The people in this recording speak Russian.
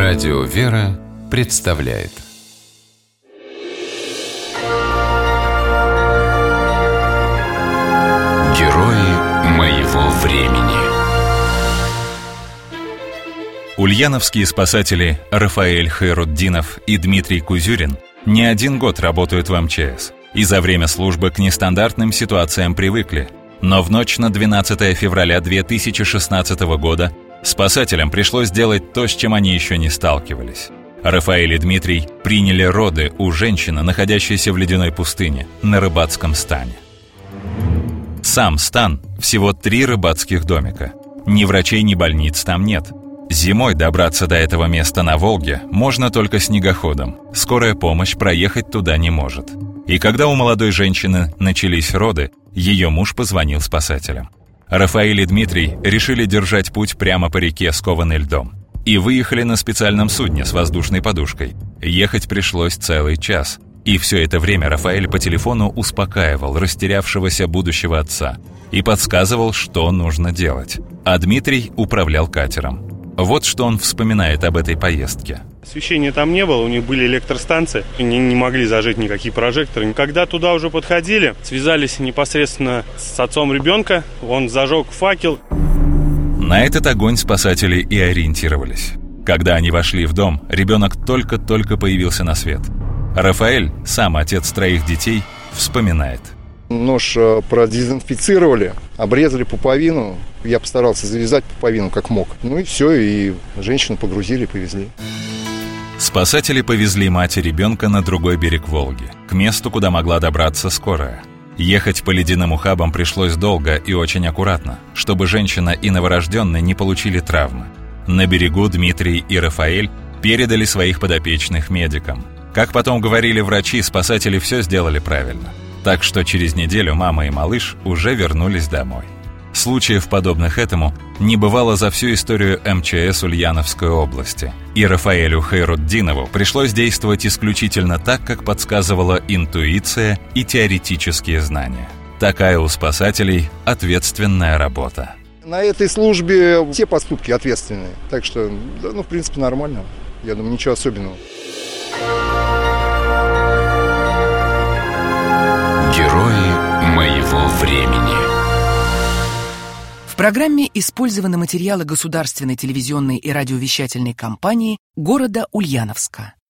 Радио «Вера» представляет Герои моего времени. Ульяновские спасатели Рафаэль Хайрутдинов и Дмитрий Кузюрин не один год работают в МЧС и за время службы к нестандартным ситуациям привыкли. Но в ночь на 12 февраля 2016 года спасателям пришлось сделать то, с чем они еще не сталкивались. Рафаэль и Дмитрий приняли роды у женщины, находящейся в ледяной пустыне, на рыбацком стане. Сам стан – всего 3 рыбацких домика. Ни врачей, ни больниц там нет. Зимой добраться до этого места на Волге можно только снегоходом. Скорая помощь проехать туда не может. И когда у молодой женщины начались роды, ее муж позвонил спасателям. Рафаэль и Дмитрий решили держать путь прямо по реке, скованной льдом. И выехали на специальном судне с воздушной подушкой. Ехать пришлось целый час. И все это время Рафаэль по телефону успокаивал растерявшегося будущего отца и подсказывал, что нужно делать. А Дмитрий управлял катером. Вот что он вспоминает об этой поездке. Освещения там не было, у них были электростанции, они не могли зажечь никакие прожекторы. Когда туда уже подходили, связались непосредственно с отцом ребенка, он зажег факел. На этот огонь спасатели и ориентировались. Когда они вошли в дом, ребенок только-только появился на свет. Рафаэль, сам отец 3 детей, вспоминает. Нож продезинфицировали, обрезали пуповину. Я постарался завязать пуповину как мог. Ну и все, и женщину погрузили, повезли. Спасатели повезли мать и ребенка на другой берег Волги, к месту, куда могла добраться скорая. Ехать по ледяным ухабам пришлось долго и очень аккуратно, чтобы женщина и новорожденный не получили травмы. На берегу Дмитрий и Рафаэль передали своих подопечных медикам. Как потом говорили врачи, спасатели все сделали правильно. Так что через неделю мама и малыш уже вернулись домой. Случаев, подобных этому, не бывало за всю историю МЧС Ульяновской области. И Рафаэлю Хайрутдинову пришлось действовать исключительно так, как подсказывала интуиция и теоретические знания. Такая у спасателей ответственная работа. На этой службе все поступки ответственные. Так что, в принципе, нормально. Я думаю, ничего особенного. Герои моего времени. В программе использованы материалы государственной телевизионной и радиовещательной компании города Ульяновска.